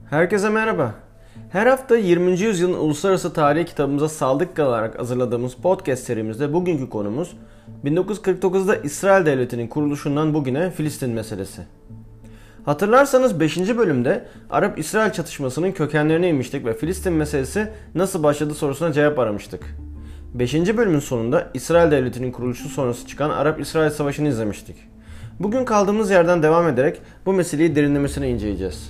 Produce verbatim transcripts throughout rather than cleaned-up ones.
Herkese merhaba. Her hafta yirminci yüzyılın uluslararası tarihi kitabımıza sadık kalarak hazırladığımız podcast serimizde bugünkü konumuz bin dokuz yüz kırk dokuzda İsrail Devleti'nin kuruluşundan bugüne Filistin meselesi. Hatırlarsanız beşinci bölümde Arap-İsrail çatışmasının kökenlerine inmiştik ve Filistin meselesi nasıl başladı sorusuna cevap aramıştık. beşinci bölümün sonunda İsrail Devleti'nin kuruluşu sonrası çıkan Arap-İsrail Savaşı'nı izlemiştik. Bugün kaldığımız yerden devam ederek bu meseleyi derinlemesine inceleyeceğiz.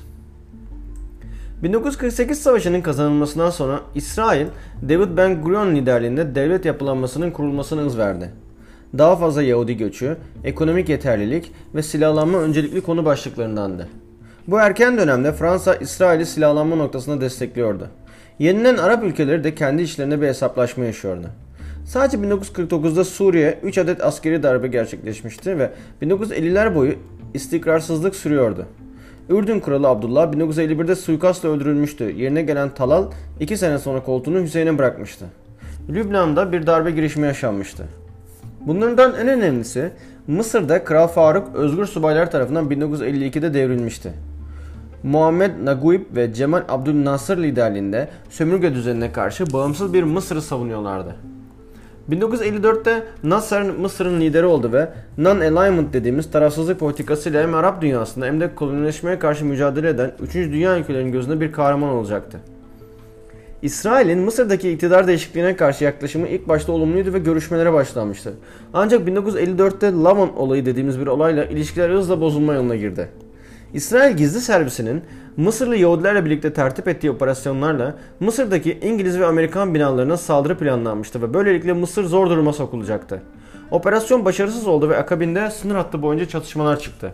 bin dokuz yüz kırk sekiz Savaşı'nın kazanılmasından sonra İsrail, David Ben-Gurion liderliğinde devlet yapılanmasının kurulmasına hız verdi. Daha fazla Yahudi göçü, ekonomik yeterlilik ve silahlanma öncelikli konu başlıklarındandı. Bu erken dönemde Fransa, İsrail'i silahlanma noktasında destekliyordu. Yenilen Arap ülkeleri de kendi içlerinde bir hesaplaşma yaşıyordu. Sadece bin dokuz yüz kırk dokuzda Suriye üç adet askeri darbe gerçekleşmişti ve bin dokuz yüz elliler boyu istikrarsızlık sürüyordu. Ürdün Kralı Abdullah bin dokuz yüz elli birde suikastla öldürülmüştü. Yerine gelen Talal iki sene sonra koltuğunu Hüseyin'e bırakmıştı. Lübnan'da bir darbe girişimi yaşanmıştı. Bunlardan en önemlisi Mısır'da Kral Faruk Özgür Subaylar tarafından bin dokuz yüz elli ikide devrilmişti. Muhammed Naguib ve Cemal Abdülnasır liderliğinde sömürge düzenine karşı bağımsız bir Mısır'ı savunuyorlardı. bin dokuz yüz elli dörtte Nasser Mısır'ın lideri oldu ve non-alignment dediğimiz tarafsızlık politikasıyla hem Arap dünyasında hem de kolonileşmeye karşı mücadele eden üçüncü dünya ülkelerinin gözünde bir kahraman olacaktı. İsrail'in Mısır'daki iktidar değişikliğine karşı yaklaşımı ilk başta olumluydu ve görüşmelere başlanmıştı. Ancak bin dokuz yüz elli dörtte Lavon olayı dediğimiz bir olayla ilişkiler hızla bozulma yoluna girdi. İsrail Gizli Servisi'nin Mısırlı Yahudilerle birlikte tertip ettiği operasyonlarla Mısır'daki İngiliz ve Amerikan binalarına saldırı planlanmıştı ve böylelikle Mısır zor duruma sokulacaktı. Operasyon başarısız oldu ve akabinde sınır hattı boyunca çatışmalar çıktı.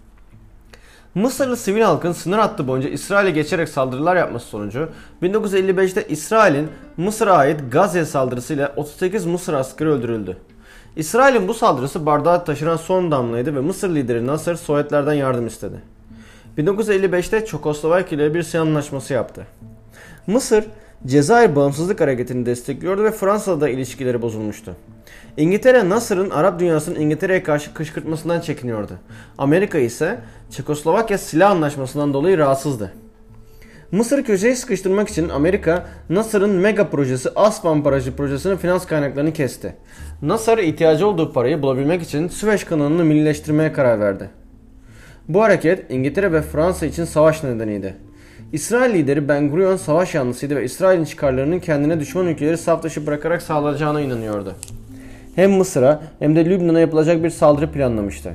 Mısırlı sivil halkın sınır hattı boyunca İsrail'e geçerek saldırılar yapması sonucu bin dokuz yüz elli beşte İsrail'in Mısır'a ait Gazze saldırısıyla otuz sekiz Mısır askeri öldürüldü. İsrail'in bu saldırısı bardağı taşıran son damlaydı ve Mısır lideri Nasser Sovyetlerden yardım istedi. bin dokuz yüz elli beşte Çekoslovakya ile bir Siyan anlaşması yaptı. Mısır, Cezayir Bağımsızlık Hareketi'ni destekliyordu ve Fransa'da da ilişkileri bozulmuştu. İngiltere, Nasser'ın Arap dünyasının İngiltere'ye karşı kışkırtmasından çekiniyordu. Amerika ise Çekoslovakya silah anlaşmasından dolayı rahatsızdı. Mısır'ı köşeye sıkıştırmak için Amerika, Nasser'ın mega projesi Aswan Barajı projesinin finans kaynaklarını kesti. Nasser'a ihtiyacı olduğu parayı bulabilmek için Süveyş kanalını millileştirmeye karar verdi. Bu hareket İngiltere ve Fransa için savaş nedeniydi. İsrail lideri Ben Gurion savaş yanlısıydı ve İsrail'in çıkarlarının kendine düşman ülkeleri saf dışı bırakarak sağlayacağına inanıyordu. Hem Mısır'a hem de Lübnan'a yapılacak bir saldırı planlamıştı.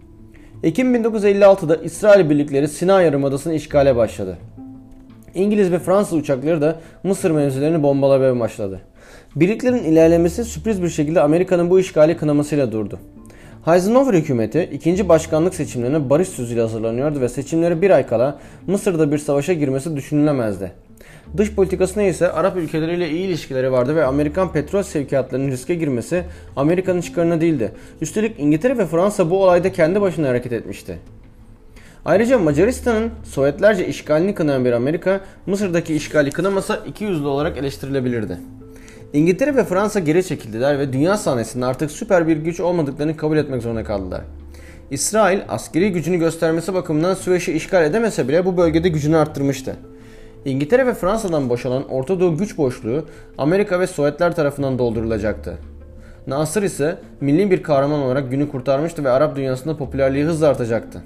Ekim bin dokuz yüz elli altıda İsrail birlikleri Sina Yarımadası'nı işgale başladı. İngiliz ve Fransız uçakları da Mısır mevzilerini bombalamaya başladı. Birliklerin ilerlemesi sürpriz bir şekilde Amerika'nın bu işgali kınamasıyla durdu. Eisenhower hükümeti ikinci başkanlık seçimlerine barış sözüyle hazırlanıyordu ve seçimleri bir ay kala Mısır'da bir savaşa girmesi düşünülemezdi. Dış politikasına ise Arap ülkeleriyle iyi ilişkileri vardı ve Amerikan petrol sevkiyatlarının riske girmesi Amerika'nın çıkarına değildi. Üstelik İngiltere ve Fransa bu olayda kendi başına hareket etmişti. Ayrıca Macaristan'ın Sovyetlerce işgalini kınayan bir Amerika, Mısır'daki işgali kınamasa ikiyüzlü olarak eleştirilebilirdi. İngiltere ve Fransa geri çekildiler ve dünya sahnesinde artık süper bir güç olmadıklarını kabul etmek zorunda kaldılar. İsrail askeri gücünü göstermesi bakımından Süveyş'i işgal edemese bile bu bölgede gücünü arttırmıştı. İngiltere ve Fransa'dan boşalan Orta Doğu güç boşluğu Amerika ve Sovyetler tarafından doldurulacaktı. Nasır ise milli bir kahraman olarak günü kurtarmıştı ve Arap dünyasında popülerliği hızla artacaktı.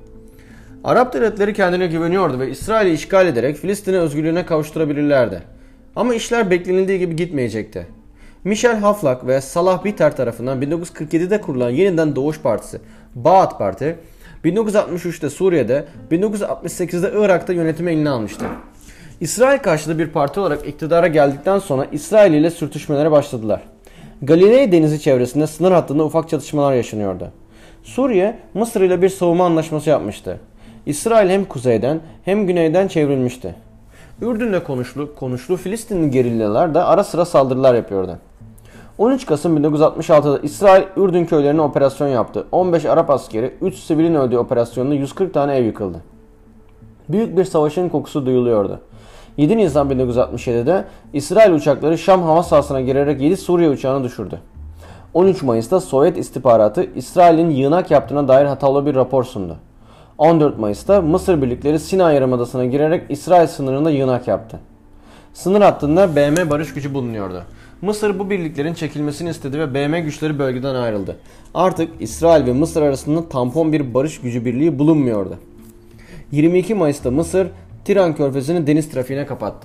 Arap devletleri kendine güveniyordu ve İsrail'i işgal ederek Filistin'i özgürlüğüne kavuşturabilirlerdi. Ama işler beklenildiği gibi gitmeyecekti. Michel Haflak ve Salah Bitar tarafından bin dokuz yüz kırk yedide kurulan Yeniden Doğuş Partisi, Baath Parti, bin dokuz yüz altmış üçte Suriye'de, bin dokuz yüz altmış sekizde Irak'ta yönetimi eline almıştı. İsrail karşıtı bir parti olarak iktidara geldikten sonra İsrail ile sürtüşmelere başladılar. Galilei Denizi çevresinde sınır hattında ufak çatışmalar yaşanıyordu. Suriye, Mısır ile bir savunma anlaşması yapmıştı. İsrail hem kuzeyden hem güneyden çevrilmişti. Ürdün'de konuşlu, konuşlu Filistinli gerillalar da ara sıra saldırılar yapıyordu. on üç Kasım bin dokuz yüz altmış altıda İsrail Ürdün köylerine operasyon yaptı. on beş Arap askeri, üç sivilin öldüğü operasyonda yüz kırk tane ev yıkıldı. Büyük bir savaşın kokusu duyuluyordu. yedi Nisan bin dokuz yüz altmış yedide İsrail uçakları Şam hava sahasına girerek yedi Suriye uçağını düşürdü. on üç Mayıs'ta Sovyet istihbaratı İsrail'in yığınak yaptığına dair hatalı bir rapor sundu. on dört Mayıs'ta Mısır birlikleri Sina Yarımadası'na girerek İsrail sınırında yığınak yaptı. Sınır hattında B M barış gücü bulunuyordu. Mısır bu birliklerin çekilmesini istedi ve B M güçleri bölgeden ayrıldı. Artık İsrail ve Mısır arasında tampon bir barış gücü birliği bulunmuyordu. yirmi iki Mayıs'ta Mısır, Tiran Körfezi'ni deniz trafiğine kapattı.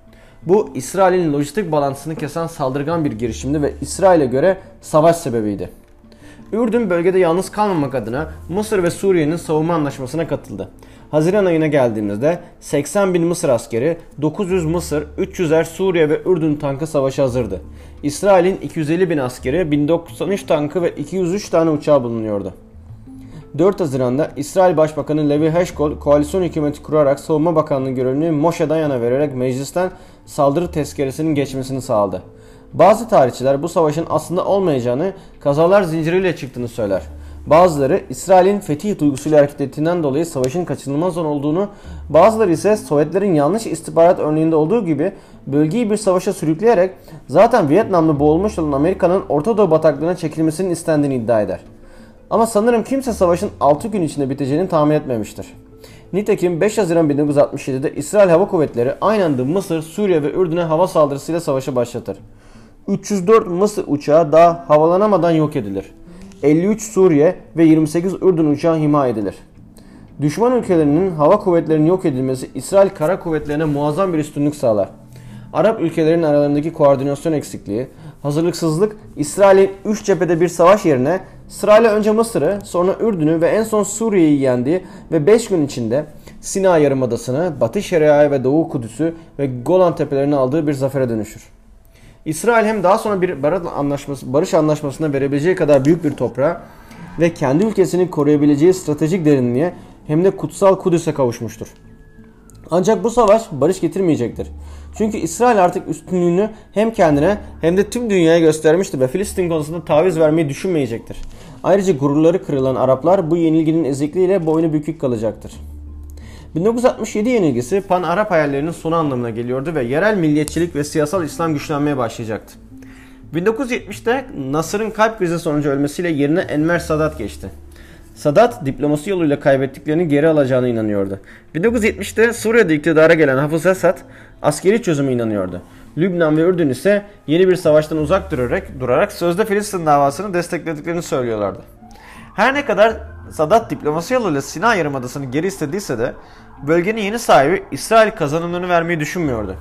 Bu İsrail'in lojistik balansını kesen saldırgan bir girişimdi ve İsrail'e göre savaş sebebiydi. Ürdün bölgede yalnız kalmamak adına Mısır ve Suriye'nin savunma anlaşmasına katıldı. Haziran ayına geldiğimizde seksen bin Mısır askeri, dokuz yüz Mısır, üç yüzer Suriye ve Ürdün tankı savaşa hazırdı. İsrail'in iki yüz elli bin askeri, bin doksan üç tankı ve iki yüz üç tane uçağı bulunuyordu. dört Haziran'da İsrail Başbakanı Levi Heşkol koalisyon hükümeti kurarak Savunma Bakanlığı görevini Moshe Dayan'a vererek meclisten saldırı tezkeresinin geçmesini sağladı. Bazı tarihçiler bu savaşın aslında olmayacağını, kazalar zinciriyle çıktığını söyler. Bazıları İsrail'in fetih duygusuyla hareket ettiğinden dolayı savaşın kaçınılmaz olduğunu, bazıları ise Sovyetlerin yanlış istihbarat örneğinde olduğu gibi bölgeyi bir savaşa sürükleyerek zaten Vietnam'da boğulmuş olan Amerika'nın Orta Doğu bataklığına çekilmesinin istendiğini iddia eder. Ama sanırım kimse savaşın altı gün içinde biteceğini tahmin etmemiştir. Nitekim beş Haziran bin dokuz yüz altmış yedi'de İsrail Hava Kuvvetleri aynı anda Mısır, Suriye ve Ürdün'e hava saldırısıyla savaşı başlatır. üç yüz dört Mısır uçağı daha havalanamadan yok edilir. elli üç Suriye ve yirmi sekiz Ürdün uçağı imha edilir. Düşman ülkelerinin hava kuvvetlerinin yok edilmesi İsrail kara kuvvetlerine muazzam bir üstünlük sağlar. Arap ülkelerinin aralarındaki koordinasyon eksikliği, hazırlıksızlık İsrail'in üç cephede bir savaş yerine sırayla önce Mısır'ı, sonra Ürdün'ü ve en son Suriye'yi yendiği ve beş gün içinde Sina Yarımadası'nı, Batı Şeria'yı ve Doğu Kudüs'ü ve Golan Tepelerini aldığı bir zafere dönüşür. İsrail hem daha sonra bir barış anlaşması, barış anlaşmasına verebileceği kadar büyük bir toprağa ve kendi ülkesini koruyabileceği stratejik derinliğe hem de kutsal Kudüs'e kavuşmuştur. Ancak bu savaş barış getirmeyecektir. Çünkü İsrail artık üstünlüğünü hem kendine hem de tüm dünyaya göstermiştir ve Filistin konusunda taviz vermeyi düşünmeyecektir. Ayrıca gururları kırılan Araplar bu yenilginin ezikliğiyle boynu bükük kalacaktır. bin dokuz yüz altmış yedi yenilgisi Pan-Arap hayallerinin sonu anlamına geliyordu ve yerel milliyetçilik ve siyasal İslam güçlenmeye başlayacaktı. bin dokuz yüz yetmiş'te Nasır'ın kalp krizi sonucu ölmesiyle yerine Enver Sadat geçti. Sadat diplomasi yoluyla kaybettiklerini geri alacağına inanıyordu. bin dokuz yüz yetmiş'te Suriye'de iktidara gelen Hafız Esad askeri çözüme inanıyordu. Lübnan ve Ürdün ise yeni bir savaştan uzak durarak, durarak sözde Filistin davasını desteklediklerini söylüyorlardı. Her ne kadar Sadat diplomasi yoluyla Sina Yarımadası'nı geri istediyse de bölgenin yeni sahibi İsrail kazanımlarını vermeyi düşünmüyordu.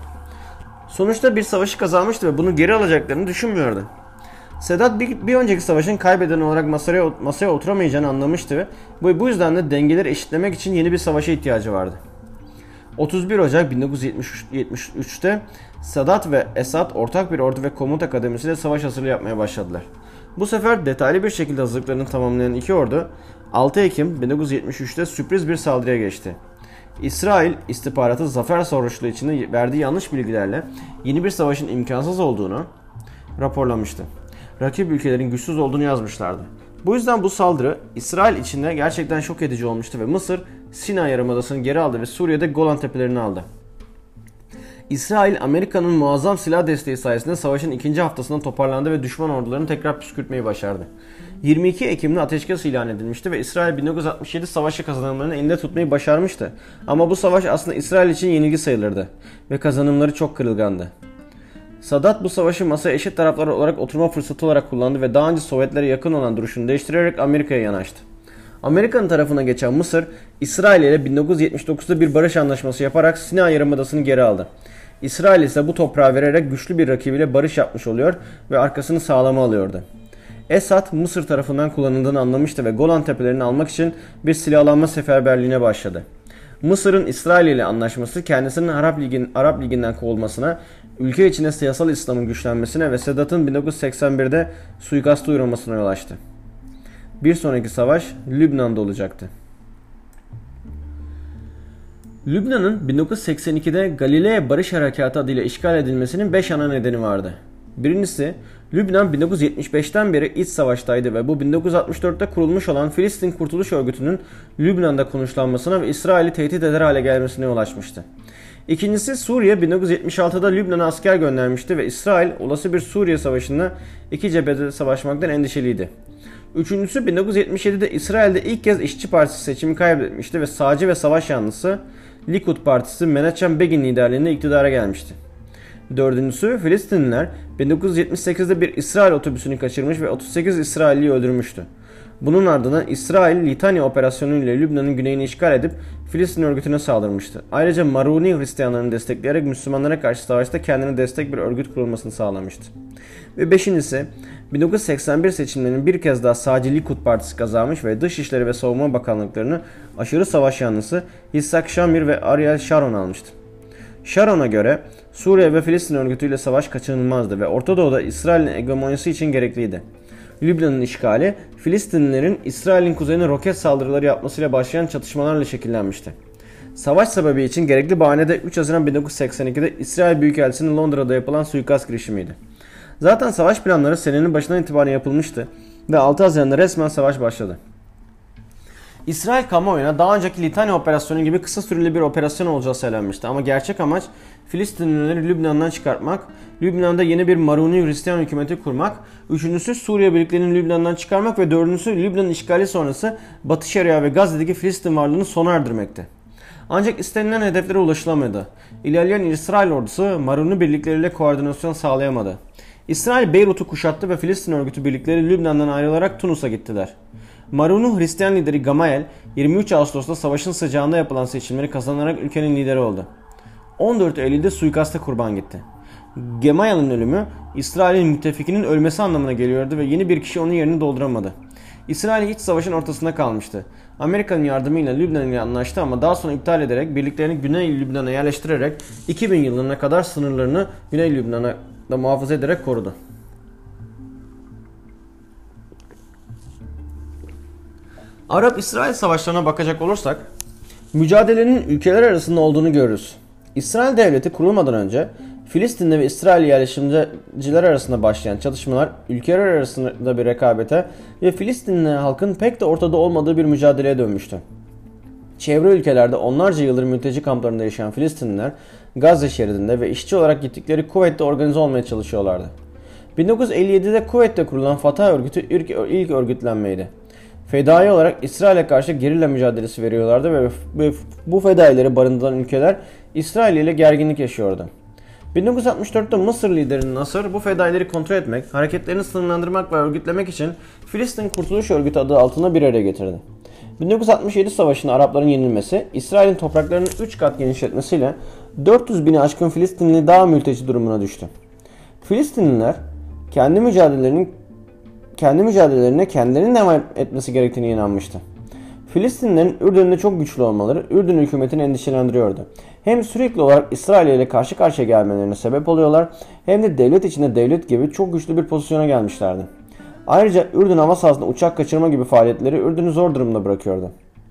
Sonuçta bir savaşı kazanmıştı ve bunu geri alacaklarını düşünmüyordu. Sedat bir, bir önceki savaşın kaybeden olarak masaya, masaya oturamayacağını anlamıştı ve bu yüzden de dengeleri eşitlemek için yeni bir savaşa ihtiyacı vardı. otuz bir Ocak bin dokuz yüz yetmiş üç'te Sadat ve Esad ortak bir ordu ve komut akademisiyle savaş hazırlığı yapmaya başladılar. Bu sefer detaylı bir şekilde hazırlıklarını tamamlayan iki ordu altı Ekim bin dokuz yüz yetmiş üç'te sürpriz bir saldırıya geçti. İsrail istihbaratı zafer sarhoşluğu içinde verdiği yanlış bilgilerle yeni bir savaşın imkansız olduğunu raporlamıştı. Rakip ülkelerin güçsüz olduğunu yazmışlardı. Bu yüzden bu saldırı İsrail içinde gerçekten şok edici olmuştu ve Mısır Sina Yarımadası'nı geri aldı ve Suriye'de Golan Tepelerini aldı. İsrail, Amerika'nın muazzam silah desteği sayesinde savaşın ikinci haftasında toparlandı ve düşman ordularını tekrar püskürtmeyi başardı. yirmi iki Ekim'de ateşkes ilan edilmişti ve İsrail bin dokuz yüz altmış yedi savaşı kazanımlarını elinde tutmayı başarmıştı. Ama bu savaş aslında İsrail için yenilgi sayılırdı ve kazanımları çok kırılgandı. Sadat bu savaşı masaya eşit taraflar olarak oturma fırsatı olarak kullandı ve daha önce Sovyetlere yakın olan duruşunu değiştirerek Amerika'ya yanaştı. Amerika'nın tarafına geçen Mısır, İsrail ile bin dokuz yüz yetmiş dokuz'da bir barış anlaşması yaparak Sina Yarımadası'nı geri aldı. İsrail ise bu toprağı vererek güçlü bir rakibiyle barış yapmış oluyor ve arkasını sağlama alıyordu. Esad, Mısır tarafından kullanıldığını anlamıştı ve Golan Tepelerini almak için bir silahlanma seferberliğine başladı. Mısır'ın İsrail ile anlaşması kendisinin Arap, Ligi'nin, Arap Ligi'nden kovulmasına, ülke içinde siyasal İslam'ın güçlenmesine ve Sedat'ın bin dokuz yüz seksen bir'de suikasta uğramasına yol açtı. Bir sonraki savaş Lübnan'da olacaktı. Lübnan'ın bin dokuz yüz seksen iki'de Galilea Barış Harekatı adıyla işgal edilmesinin beş ana nedeni vardı. Birincisi, Lübnan bin dokuz yüz yetmiş beş'ten beri iç savaştaydı ve bu bin dokuz yüz altmış dört'te kurulmuş olan Filistin Kurtuluş Örgütü'nün Lübnan'da konuşlanmasına ve İsrail'i tehdit eder hale gelmesine yol açmıştı. İkincisi, Suriye bin dokuz yüz yetmiş altı'da Lübnan'a asker göndermişti ve İsrail olası bir Suriye savaşında iki cephede savaşmaktan endişeliydi. Üçüncüsü bin dokuz yüz yetmiş yedide İsrail'de ilk kez İşçi Partisi seçimi kaybetmişti ve sağcı ve savaş yanlısı Likud Partisi Menachem Begin liderliğinde iktidara gelmişti. Dördüncüsü Filistinliler bin dokuz yüz yetmiş sekizde bir İsrail otobüsünü kaçırmış ve otuz sekiz İsrailliyi öldürmüştü. Bunun ardından İsrail Litanya operasyonu ile Lübnan'ın güneyini işgal edip Filistin örgütüne saldırmıştı. Ayrıca Maruni Hristiyanlarını destekleyerek Müslümanlara karşı savaşta kendine destek bir örgüt kurulmasını sağlamıştı. Ve beşincisi bin dokuz yüz seksen bir seçimlerinin bir kez daha sağcı Likud Partisi kazanmış ve Dışişleri ve Savunma Bakanlıklarını aşırı savaş yanlısı Yitzhak Shamir ve Ariel Sharon almıştı. Sharon'a göre Suriye ve Filistin örgütüyle savaş kaçınılmazdı ve Orta Doğu'da İsrail'in hegemonyası için gerekliydi. Lübnan'ın işgali, Filistinlilerin İsrail'in kuzeyine roket saldırıları yapmasıyla başlayan çatışmalarla şekillenmişti. Savaş sebebi için gerekli bahane de üç Haziran bin dokuz yüz seksen ikide İsrail Büyükelçisi'nin Londra'da yapılan suikast girişimiydi. Zaten savaş planları senenin başından itibaren yapılmıştı ve altı Haziran'da resmen savaş başladı. İsrail kamuoyuna daha önceki Litanya operasyonu gibi kısa süreli bir operasyon olacağı söylenmişti ama gerçek amaç Filistinlileri Lübnan'dan çıkartmak, Lübnan'da yeni bir Maruni Hristiyan hükümeti kurmak, üçüncüsü Suriye birliklerini Lübnan'dan çıkarmak ve dördüncüsü Lübnan'ın işgali sonrası Batı Şeria ve Gazze'deki Filistin varlığını sona erdirmekti. Ancak istenilen hedeflere ulaşılamadı. İlerleyen İsrail ordusu Maruni birlikleriyle koordinasyon sağlayamadı. İsrail Beyrut'u kuşattı ve Filistin örgütü birlikleri Lübnan'dan ayrılarak Tunus'a gittiler. Maruni Hristiyan lideri Gamayel yirmi üç Ağustos'ta savaşın sıcağında yapılan seçimleri kazanarak ülkenin lideri oldu. on dört Eylül'de suikasta kurban gitti. Gamayel'in ölümü İsrail'in müttefikinin ölmesi anlamına geliyordu ve yeni bir kişi onun yerini dolduramadı. İsrail iç savaşın ortasında kalmıştı. Amerika'nın yardımıyla Lübnan ile anlaştı ama daha sonra iptal ederek birliklerini Güney Lübnan'a yerleştirerek iki bin yılına kadar sınırlarını Güney Lübnan'a da muhafaza ederek korudu. Arap-İsrail savaşlarına bakacak olursak, mücadelenin ülkeler arasında olduğunu görürüz. İsrail devleti kurulmadan önce Filistin'de ve İsrail yerleşimciler arasında başlayan çatışmalar ülkeler arasında bir rekabete ve Filistinli halkın pek de ortada olmadığı bir mücadeleye dönmüştü. Çevre ülkelerde onlarca yıldır mülteci kamplarında yaşayan Filistinliler Gazze şeridinde ve işçi olarak gittikleri Kuveyt'te organize olmaya çalışıyorlardı. bin dokuz yüz elli yedide Kuveyt'te kurulan Fatah örgütü ilk, ilk örgütlenmeydi. Fedai olarak İsrail'e karşı gerilla mücadelesi veriyorlardı ve, ve bu fedaileri barındıran ülkeler İsrail ile gerginlik yaşıyordu. bin dokuz yüz altmış dörtte Mısır lideri Nasır bu fedaileri kontrol etmek, hareketlerini sınırlandırmak ve örgütlemek için Filistin Kurtuluş Örgütü adı altında bir araya getirdi. bin dokuz yüz altmış yedi savaşında Arapların yenilmesi, İsrail'in topraklarını üç kat genişletmesiyle dört yüz bini aşkın Filistinli daha mülteci durumuna düştü. Filistinliler kendi mücadelelerinin kendi mücadelelerine kendilerinin devam etmesi gerektiğine inanmıştı. Filistinlilerin Ürdün'de çok güçlü olmaları Ürdün hükümetini endişelendiriyordu. Hem sürekli olarak İsrail ile karşı karşıya gelmelerine sebep oluyorlar hem de devlet içinde devlet gibi çok güçlü bir pozisyona gelmişlerdi. Ayrıca Ürdün hava sahasında uçak kaçırma gibi faaliyetleri Ürdün'ü zor durumda bırakıyordu.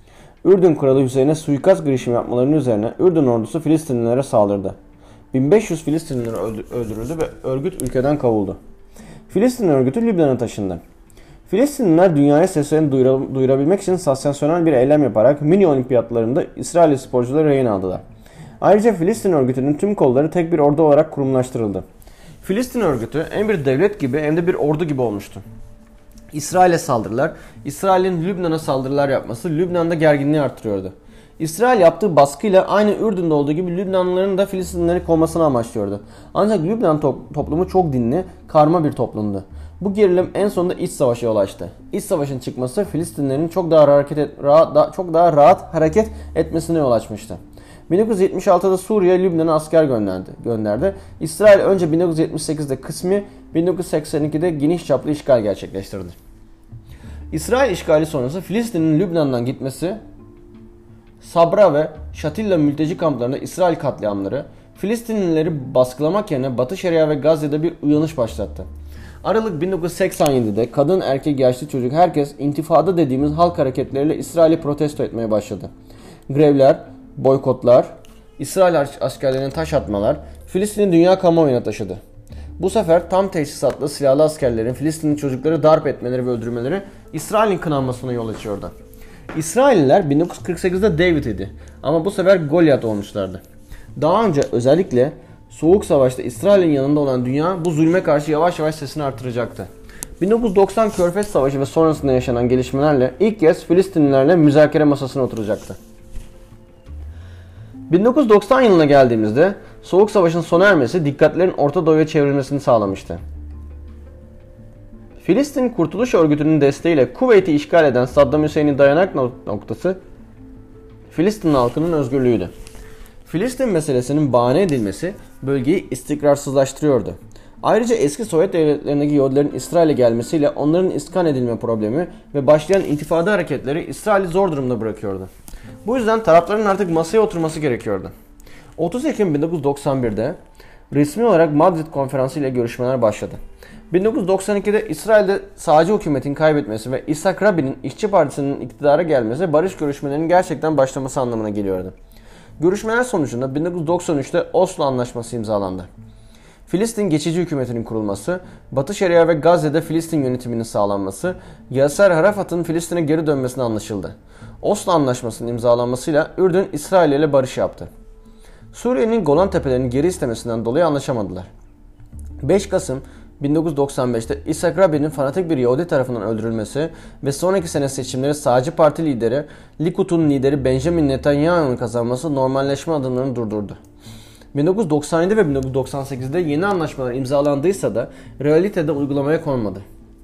Ürdün kralı Hüseyin'e suikast girişimi yapmalarının üzerine Ürdün ordusu Filistinlilere saldırdı. bin beş yüz Filistinliler öldürüldü ve örgüt ülkeden kovuldu. Filistin örgütü Lübnan'a taşındı. Filistinliler dünyaya seslerini duyura, duyurabilmek için sansasyonel bir eylem yaparak mini olimpiyatlarında İsrail sporcuları rehin aldılar. Ayrıca Filistin örgütünün tüm kolları tek bir ordu olarak kurumlaştırıldı. Filistin örgütü hem bir devlet gibi hem de bir ordu gibi olmuştu. İsrail'e saldırılar, İsrail'in Lübnan'a saldırılar yapması Lübnan'da gerginliği artırıyordu. İsrail yaptığı baskıyla aynı Ürdün'de olduğu gibi Lübnanlıların da Filistinlileri kovmasını amaçlıyordu. Ancak Lübnan to- toplumu çok dinli, karma bir toplumdu. Bu gerilim en sonunda iç savaşa yol açtı. İç savaşın çıkması Filistinlilerin çok daha hareket et, rahat, da, çok daha rahat hareket etmesine yol açmıştı. bin dokuz yüz yetmiş altıda Suriye Lübnan'a asker gönderdi. gönderdi. İsrail önce bin dokuz yüz yetmiş sekizde kısmi, bin dokuz yüz seksen ikide geniş çaplı işgal gerçekleştirdi. İsrail işgali sonrası Filistin'in Lübnan'dan gitmesi, Sabra ve Şatilla mülteci kamplarında İsrail katliamları, Filistinlileri baskılamak yerine Batı Şeria ve Gazze'de bir uyanış başlattı. Aralık bin dokuz yüz seksen yedide kadın, erkek, yaşlı, çocuk herkes intifada dediğimiz halk hareketleriyle İsrail'i protesto etmeye başladı. Grevler, boykotlar, İsrail askerlerine taş atmalar Filistin'i dünya kamuoyuna taşıdı. Bu sefer tam teçhizatlı silahlı askerlerin Filistinli çocukları darp etmeleri ve öldürmeleri İsrail'in kınanmasına yol açıyordu. İsrailliler bin dokuz yüz kırk sekizde David idi ama bu sefer Goliath olmuşlardı. Daha önce özellikle Soğuk Savaş'ta İsrail'in yanında olan dünya bu zulme karşı yavaş yavaş sesini artıracaktı. bin dokuz yüz doksan Körfez Savaşı ve sonrasında yaşanan gelişmelerle ilk kez Filistinlilerle müzakere masasına oturacaktı. bin dokuz yüz doksan yılına geldiğimizde Soğuk Savaş'ın sona ermesi dikkatlerin Orta Doğu'ya çevrilmesini sağlamıştı. Filistin Kurtuluş Örgütü'nün desteğiyle Kuveyt'i işgal eden Saddam Hüseyin'in dayanak noktası Filistin halkının özgürlüğüydü. Filistin meselesinin bahane edilmesi bölgeyi istikrarsızlaştırıyordu. Ayrıca eski Sovyet devletlerindeki Yahudilerin İsrail'e gelmesiyle onların iskan edilme problemi ve başlayan intifada hareketleri İsrail'i zor durumda bırakıyordu. Bu yüzden tarafların artık masaya oturması gerekiyordu. otuz Ekim bin dokuz yüz doksan bir'de resmi olarak Madrid Konferansı ile görüşmeler başladı. bin dokuz yüz doksan iki'de İsrail'de sağcı hükümetin kaybetmesi ve İshak Rabin'in İşçi Partisi'nin iktidara gelmesi barış görüşmelerinin gerçekten başlaması anlamına geliyordu. Görüşmeler sonucunda bin dokuz yüz doksan üç'te Oslo Anlaşması imzalandı. Filistin geçici hükümetinin kurulması, Batı Şeria ve Gazze'de Filistin yönetiminin sağlanması, Yasser Arafat'ın Filistin'e geri dönmesine anlaşıldı. Oslo Anlaşması'nın imzalanmasıyla Ürdün İsrail ile barış yaptı. Suriye'nin Golan Tepelerini geri istemesinden dolayı anlaşamadılar. beş Kasım bin dokuz yüz doksan beş'te İshak Rabin'in fanatik bir Yahudi tarafından öldürülmesi ve sonraki sene seçimleri sağcı parti lideri Likud'un lideri Benjamin Netanyahu'nun kazanması normalleşme adımlarını durdurdu. bin dokuz yüz doksan yedi ve bin dokuz yüz doksan sekiz'de yeni anlaşmalar imzalandıysa da realitede uygulamaya konmadı.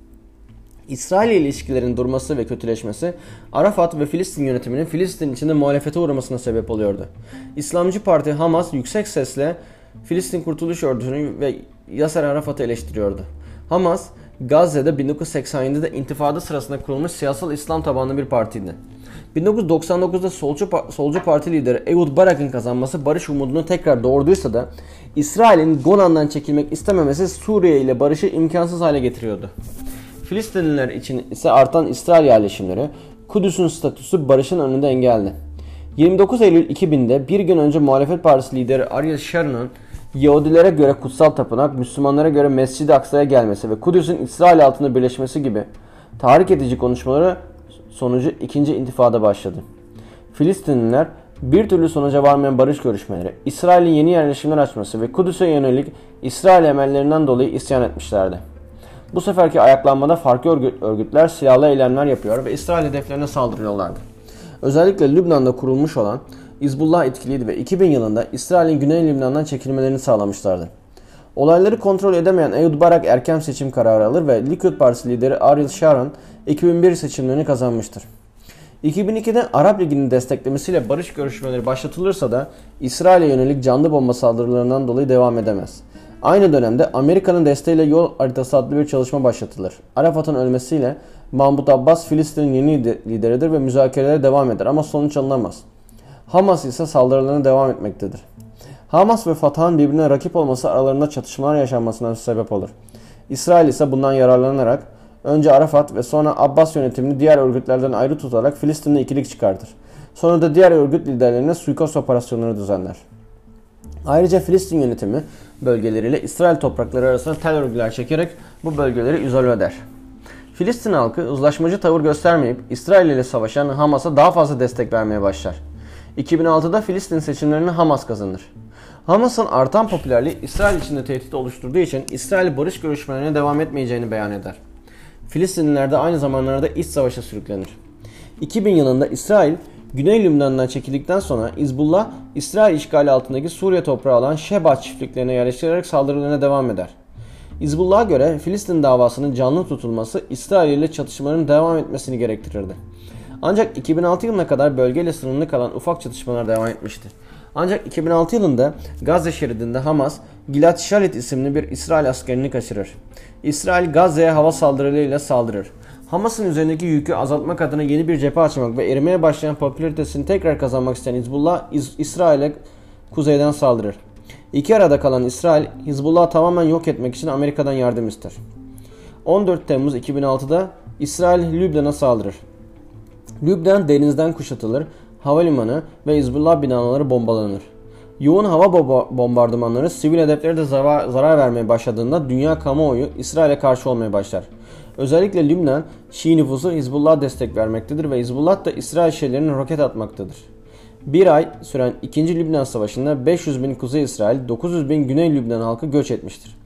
İsrail ile ilişkilerin durması ve kötüleşmesi Arafat ve Filistin yönetiminin Filistin içinde muhalefete uğramasına sebep oluyordu. İslamcı Parti Hamas yüksek sesle Filistin Kurtuluş Örgütü'nü ve Yasser Arafat'ı eleştiriyordu. Hamas, Gazze'de bin dokuz yüz seksen yedi'de intifada sırasında kurulmuş siyasal İslam tabanlı bir partiydi. bin dokuz yüz doksan dokuz'da solcu, solcu parti lideri Ehud Barak'ın kazanması barış umudunu tekrar doğurduysa da İsrail'in Golan'dan çekilmek istememesi Suriye ile barışı imkansız hale getiriyordu. Filistinliler için ise artan İsrail yerleşimleri, Kudüs'ün statüsü barışın önünde engeldi. yirmi dokuz Eylül iki bin'de bir gün önce muhalefet partisi lideri Ariel Sharon'un Yahudilere göre kutsal tapınak, Müslümanlara göre Mescid-i Aksa'ya gelmesi ve Kudüs'ün İsrail altında birleşmesi gibi tahrik edici konuşmaları sonucu ikinci intifada başladı. Filistinliler bir türlü sonuca varmayan barış görüşmeleri, İsrail'in yeni yerleşimler açması ve Kudüs'e yönelik İsrail emellerinden dolayı isyan etmişlerdi. Bu seferki ayaklanmada farklı örgütler silahlı eylemler yapıyor ve İsrail hedeflerine saldırıyorlardı. Özellikle Lübnan'da kurulmuş olan Hizbullah etkiliydi ve iki bin yılında İsrail'in Güney Lübnan'dan çekilmelerini sağlamışlardı. Olayları kontrol edemeyen Ehud Barak erken seçim kararı alır ve Likud Partisi lideri Ariel Sharon iki bin bir seçimlerini kazanmıştır. iki bin iki'de Arap Ligi'nin desteklemesiyle barış görüşmeleri başlatılırsa da İsrail'e yönelik canlı bomba saldırılarından dolayı devam edemez. Aynı dönemde Amerika'nın desteğiyle Yol Haritası adlı bir çalışma başlatılır. Arafat'ın ölmesiyle Mahmud Abbas Filistin'in yeni lideridir ve müzakerelere devam eder ama sonuç alınamaz. Hamas ise saldırılarına devam etmektedir. Hamas ve Fatah'ın birbirine rakip olması aralarında çatışmalar yaşanmasına sebep olur. İsrail ise bundan yararlanarak önce Arafat ve sonra Abbas yönetimini diğer örgütlerden ayrı tutarak Filistin'de ikilik çıkartır. Sonra da diğer örgüt liderlerine suikast operasyonları düzenler. Ayrıca Filistin yönetimi bölgeleriyle İsrail toprakları arasında tel örgüler çekerek bu bölgeleri izole eder. Filistin halkı uzlaşmacı tavır göstermeyip İsrail ile savaşan Hamas'a daha fazla destek vermeye başlar. iki bin altı'da Filistin seçimlerini Hamas kazanır. Hamas'ın artan popülerliği İsrail içinde tehdit oluşturduğu için İsrail barış görüşmelerine devam etmeyeceğini beyan eder. Filistinliler de aynı zamanlarda iç savaşa sürüklenir. iki bin yılında İsrail, Güney Lübnan'dan çekildikten sonra Hizbullah, İsrail işgali altındaki Suriye toprağı olan Şeba çiftliklerine yerleştirerek saldırılarına devam eder. Hizbullah'a göre Filistin davasının canlı tutulması İsrail ile çatışmaların devam etmesini gerektirirdi. Ancak iki bin altı yılına kadar bölgeyle sınırlı kalan ufak çatışmalar devam etmişti. Ancak iki bin altı yılında Gazze şeridinde Hamas, Gilad Shalit isimli bir İsrail askerini kaçırır. İsrail Gazze'ye hava saldırılarıyla saldırır. Hamas'ın üzerindeki yükü azaltmak adına yeni bir cephe açmak ve erimeye başlayan popülaritesini tekrar kazanmak isteyen Hizbullah, İsrail'e kuzeyden saldırır. İki arada kalan İsrail, Hizbullah'ı tamamen yok etmek için Amerika'dan yardım ister. on dört Temmuz iki bin altı'da İsrail Lübnan'a saldırır. Lübnan denizden kuşatılır, havalimanı ve Hizbullah binaları bombalanır. Yoğun hava bombardımanları sivil hedeflere de zarar, zarar vermeye başladığında dünya kamuoyu İsrail'e karşı olmaya başlar. Özellikle Lübnan, Şii nüfusu Hizbullah'a destek vermektedir ve Hizbullah da İsrail şehirlerine roket atmaktadır. Bir ay süren ikinci Lübnan Savaşı'nda beş yüz bin Kuzey İsrail, dokuz yüz bin Güney Lübnan halkı göç etmiştir.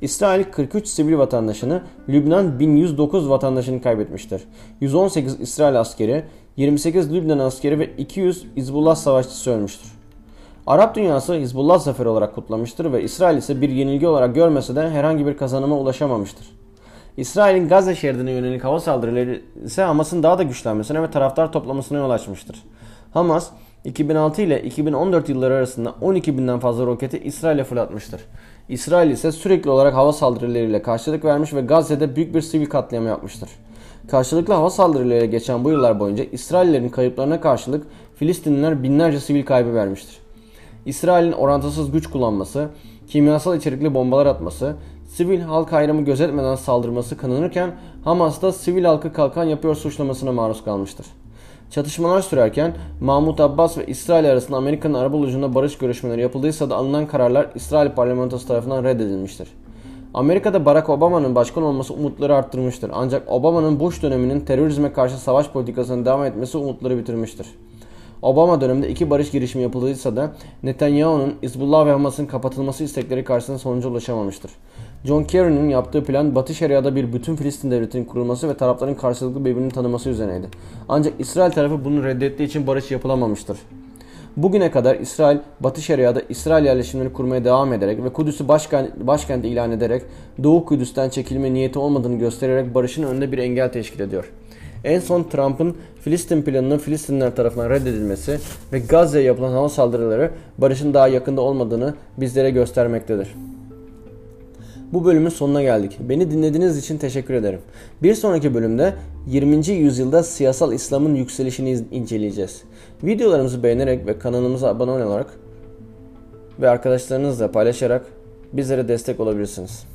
İsrail kırk üç sivil vatandaşını, Lübnan bin yüz dokuz vatandaşını kaybetmiştir. yüz on sekiz İsrail askeri, yirmi sekiz Lübnan askeri ve iki yüz Hizbullah savaşçısı ölmüştür. Arap dünyası Hizbullah zaferi olarak kutlamıştır ve İsrail ise bir yenilgi olarak görmese de herhangi bir kazanıma ulaşamamıştır. İsrail'in Gazze şeridine yönelik hava saldırıları ise Hamas'ın daha da güçlenmesine ve taraftar toplamasına yol açmıştır. Hamas, iki bin altı ile iki bin on dört yılları arasında on iki binden fazla roketi İsrail'e fırlatmıştır. İsrail ise sürekli olarak hava saldırılarıyla karşılık vermiş ve Gazze'de büyük bir sivil katliamı yapmıştır. Karşılıklı hava saldırılarıyla geçen bu yıllar boyunca İsraillerin kayıplarına karşılık Filistinliler binlerce sivil kaybı vermiştir. İsrail'in orantısız güç kullanması, kimyasal içerikli bombalar atması, sivil halk ayrımı gözetmeden saldırması kınanırken Hamas da sivil halkı kalkan yapıyor suçlamasına maruz kalmıştır. Çatışmalar sürerken Mahmut Abbas ve İsrail arasında Amerika'nın arabulucunda barış görüşmeleri yapıldıysa da alınan kararlar İsrail parlamentosu tarafından reddedilmiştir. Amerika'da Barack Obama'nın başkan olması umutları arttırmıştır. Ancak Obama'nın Bush döneminin terörizme karşı savaş politikasının devam etmesi umutları bitirmiştir. Obama döneminde iki barış girişimi yapıldıysa da Netanyahu'nun Hizbullah ve Hamas'ın kapatılması istekleri karşısında sonuca ulaşamamıştır. John Kerry'nin yaptığı plan Batı Şeria'da bir bütün Filistin devletinin kurulması ve tarafların karşılıklı birbirini tanıması üzerineydi. Ancak İsrail tarafı bunu reddettiği için barış yapılamamıştır. Bugüne kadar İsrail, Batı Şeria'da İsrail yerleşimleri kurmaya devam ederek ve Kudüs'ü başkent, başkent ilan ederek Doğu Kudüs'ten çekilme niyeti olmadığını göstererek barışın önünde bir engel teşkil ediyor. En son Trump'ın Filistin planının Filistinliler tarafından reddedilmesi ve Gazze'ye yapılan hava saldırıları barışın daha yakında olmadığını bizlere göstermektedir. Bu bölümün sonuna geldik. Beni dinlediğiniz için teşekkür ederim. Bir sonraki bölümde yirminci yüzyılda siyasal İslam'ın yükselişini inceleyeceğiz. Videolarımızı beğenerek ve kanalımıza abone olarak ve arkadaşlarınızla paylaşarak bizlere destek olabilirsiniz.